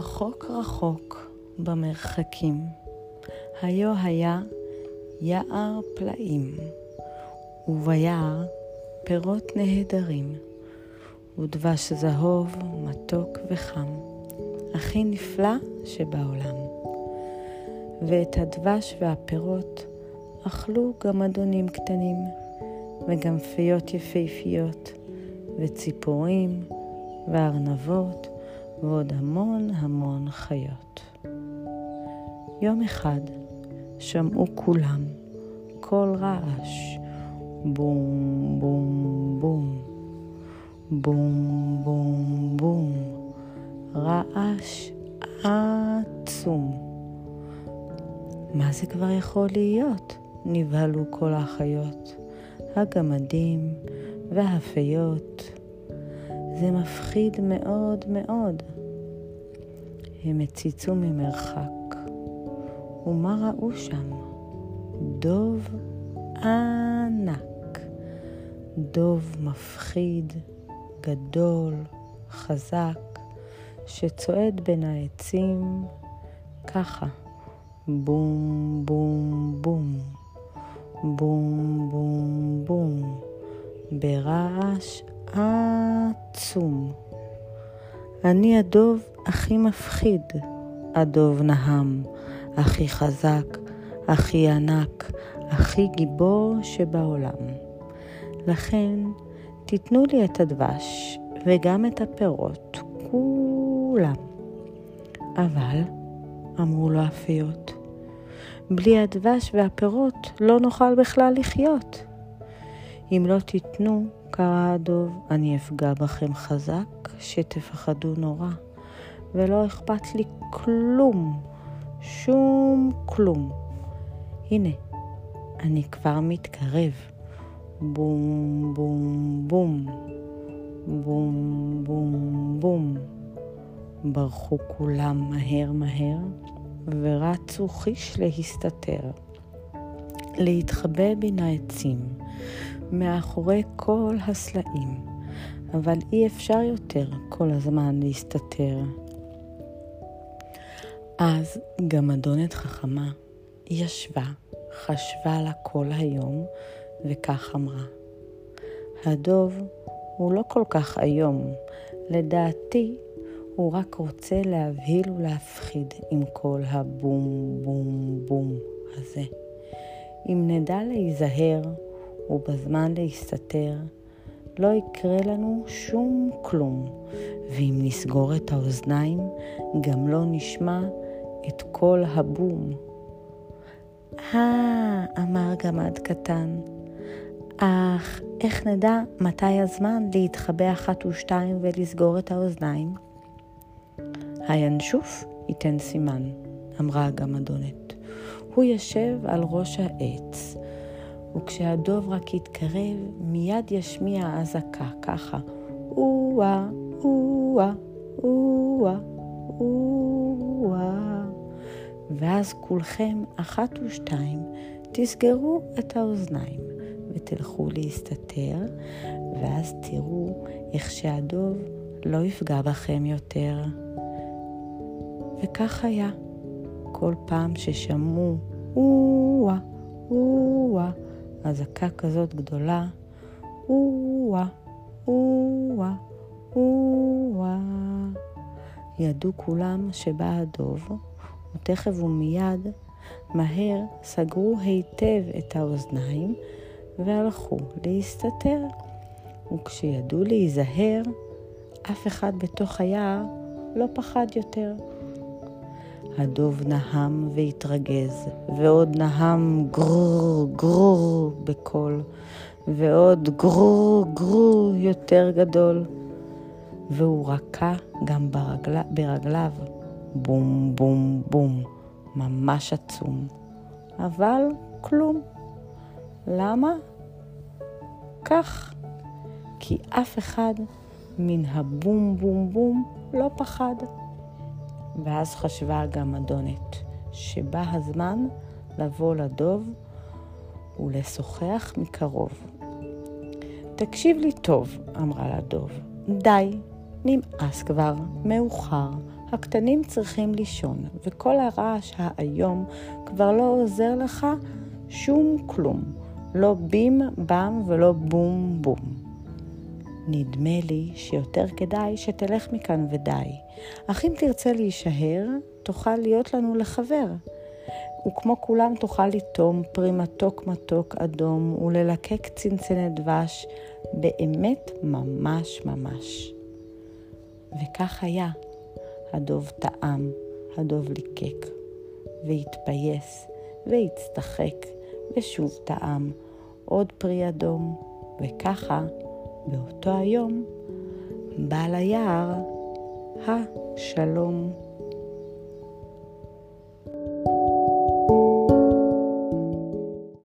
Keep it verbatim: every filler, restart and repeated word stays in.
רחוק רחוק במרחקים, היו היה יער פלאים, וביער פירות נהדרים, ודבש זהוב מתוק וחם, הכי נפלא שבעולם. ואת הדבש והפירות אכלו גם אדונים קטנים, וגם פיות יפהפיות, וציפורים, וארנבות, ועוד המון המון חיות. יום אחד שמעו כולם קול רעש, בום בום בום, בום בום בום, רעש עצום. מה זה כבר יכול להיות? נבהלו כל החיות, הגמדים והפיות. זה מפחיד מאוד מאוד. הם הציצו ממרחק, ומה ראו שם? דוב ענק, דוב מפחיד, גדול, חזק, שצועד בין העצים ככה, בום בום בום, בום בום בום, ברעש עצום. אני הדוב הכי מפחיד, הדוב נהם, הכי חזק, הכי ענק, הכי גיבור שבעולם. לכן תיתנו לי את הדבש וגם את הפירות, כולם. אבל, אמרו לו הפיות, בלי הדבש והפירות לא נוכל בכלל לחיות. אם לא תיתנו, קרא הדוב, אני אפגע בכם חזק, שתפחדו נורא, ולא אכפת לי כלום, שום כלום. הנה, אני כבר מתקרב. בום בום בום, בום בום בום. ברחו כולם מהר מהר, ורצו חיש להסתתר, להתחבא בין העצים, מאחורי כל הסלעים, אבל אי אפשר יותר כל הזמן להסתתר. אז גמדונת חכמה ישבה, חשבה לה כל היום, וכך אמרה, הדוב הוא לא כל כך היום, לדעתי הוא רק רוצה להבהיל ולהפחיד עם כל הבום בום בום הזה. אם נדע להיזהר ובזמן להסתתר, לא יקרה לנו שום כלום, ואם נסגור את האוזניים, גם לא נשמע את כל הבום. אה, אמר גמד קטן, אך איך נדע מתי הזמן להתחבא אחת ושתיים ולסגור את האוזניים? הינשוף ייתן סימן, אמרה הגמדונת. הוא ישב על ראש העץ, וכשהדוב רק יתקרב, מיד ישמיע אזעקה, ככה, אוה, אוה, אוה, אוה. ואז כולכם, אחת ושתיים, תסגרו את האוזניים, ותלכו להסתתר, ואז תראו איך שהדוב לא יפגע בכם יותר. וכך היה. כל פעם ששמעו, אוה, אוה, אזעקה כזאת גדולה, אוה, אוה, אוה. ידעו כולם שבא הדוב, ותכף ומיד, מהר סגרו היטב את האוזניים, והלכו להסתתר. וכשידעו להיזהר, אף אחד בתוך היער לא פחד יותר. הדוב נהם והתרגז, ועוד נהם גרור גרור בקול, ועוד גרור גרור יותר גדול, והוא רקע גם ברגל... ברגליו, בום בום בום, ממש עצום, אבל כלום. למה? כך, כי אף אחד מן הבום בום בום לא פחד. ואז חשבה הגמדונת שבא הזמן לבוא לדוב ולשוחח מקרוב. תקשיב לי טוב, אמרה לדוב, די, נמאס כבר, מאוחר, הקטנים צריכים לישון, וכל הרעש האיום כבר לא עוזר לך שום כלום. לא בים בם ולא בום בום. נדמה לי שיותר כדאי שתלך מכאן ודי. אך אם תרצה להישאר, תוכל להיות לנו לחבר. וכמו כולם תוכל לטום פרי מתוק מתוק אדום וללקק צנצנת דבש, באמת ממש ממש. וכך היה. הדוב טעם, הדוב ליקק, והתפייס, והצטחק, ושוב טעם עוד פרי אדום, וככה באותו היום בא ליער השלום.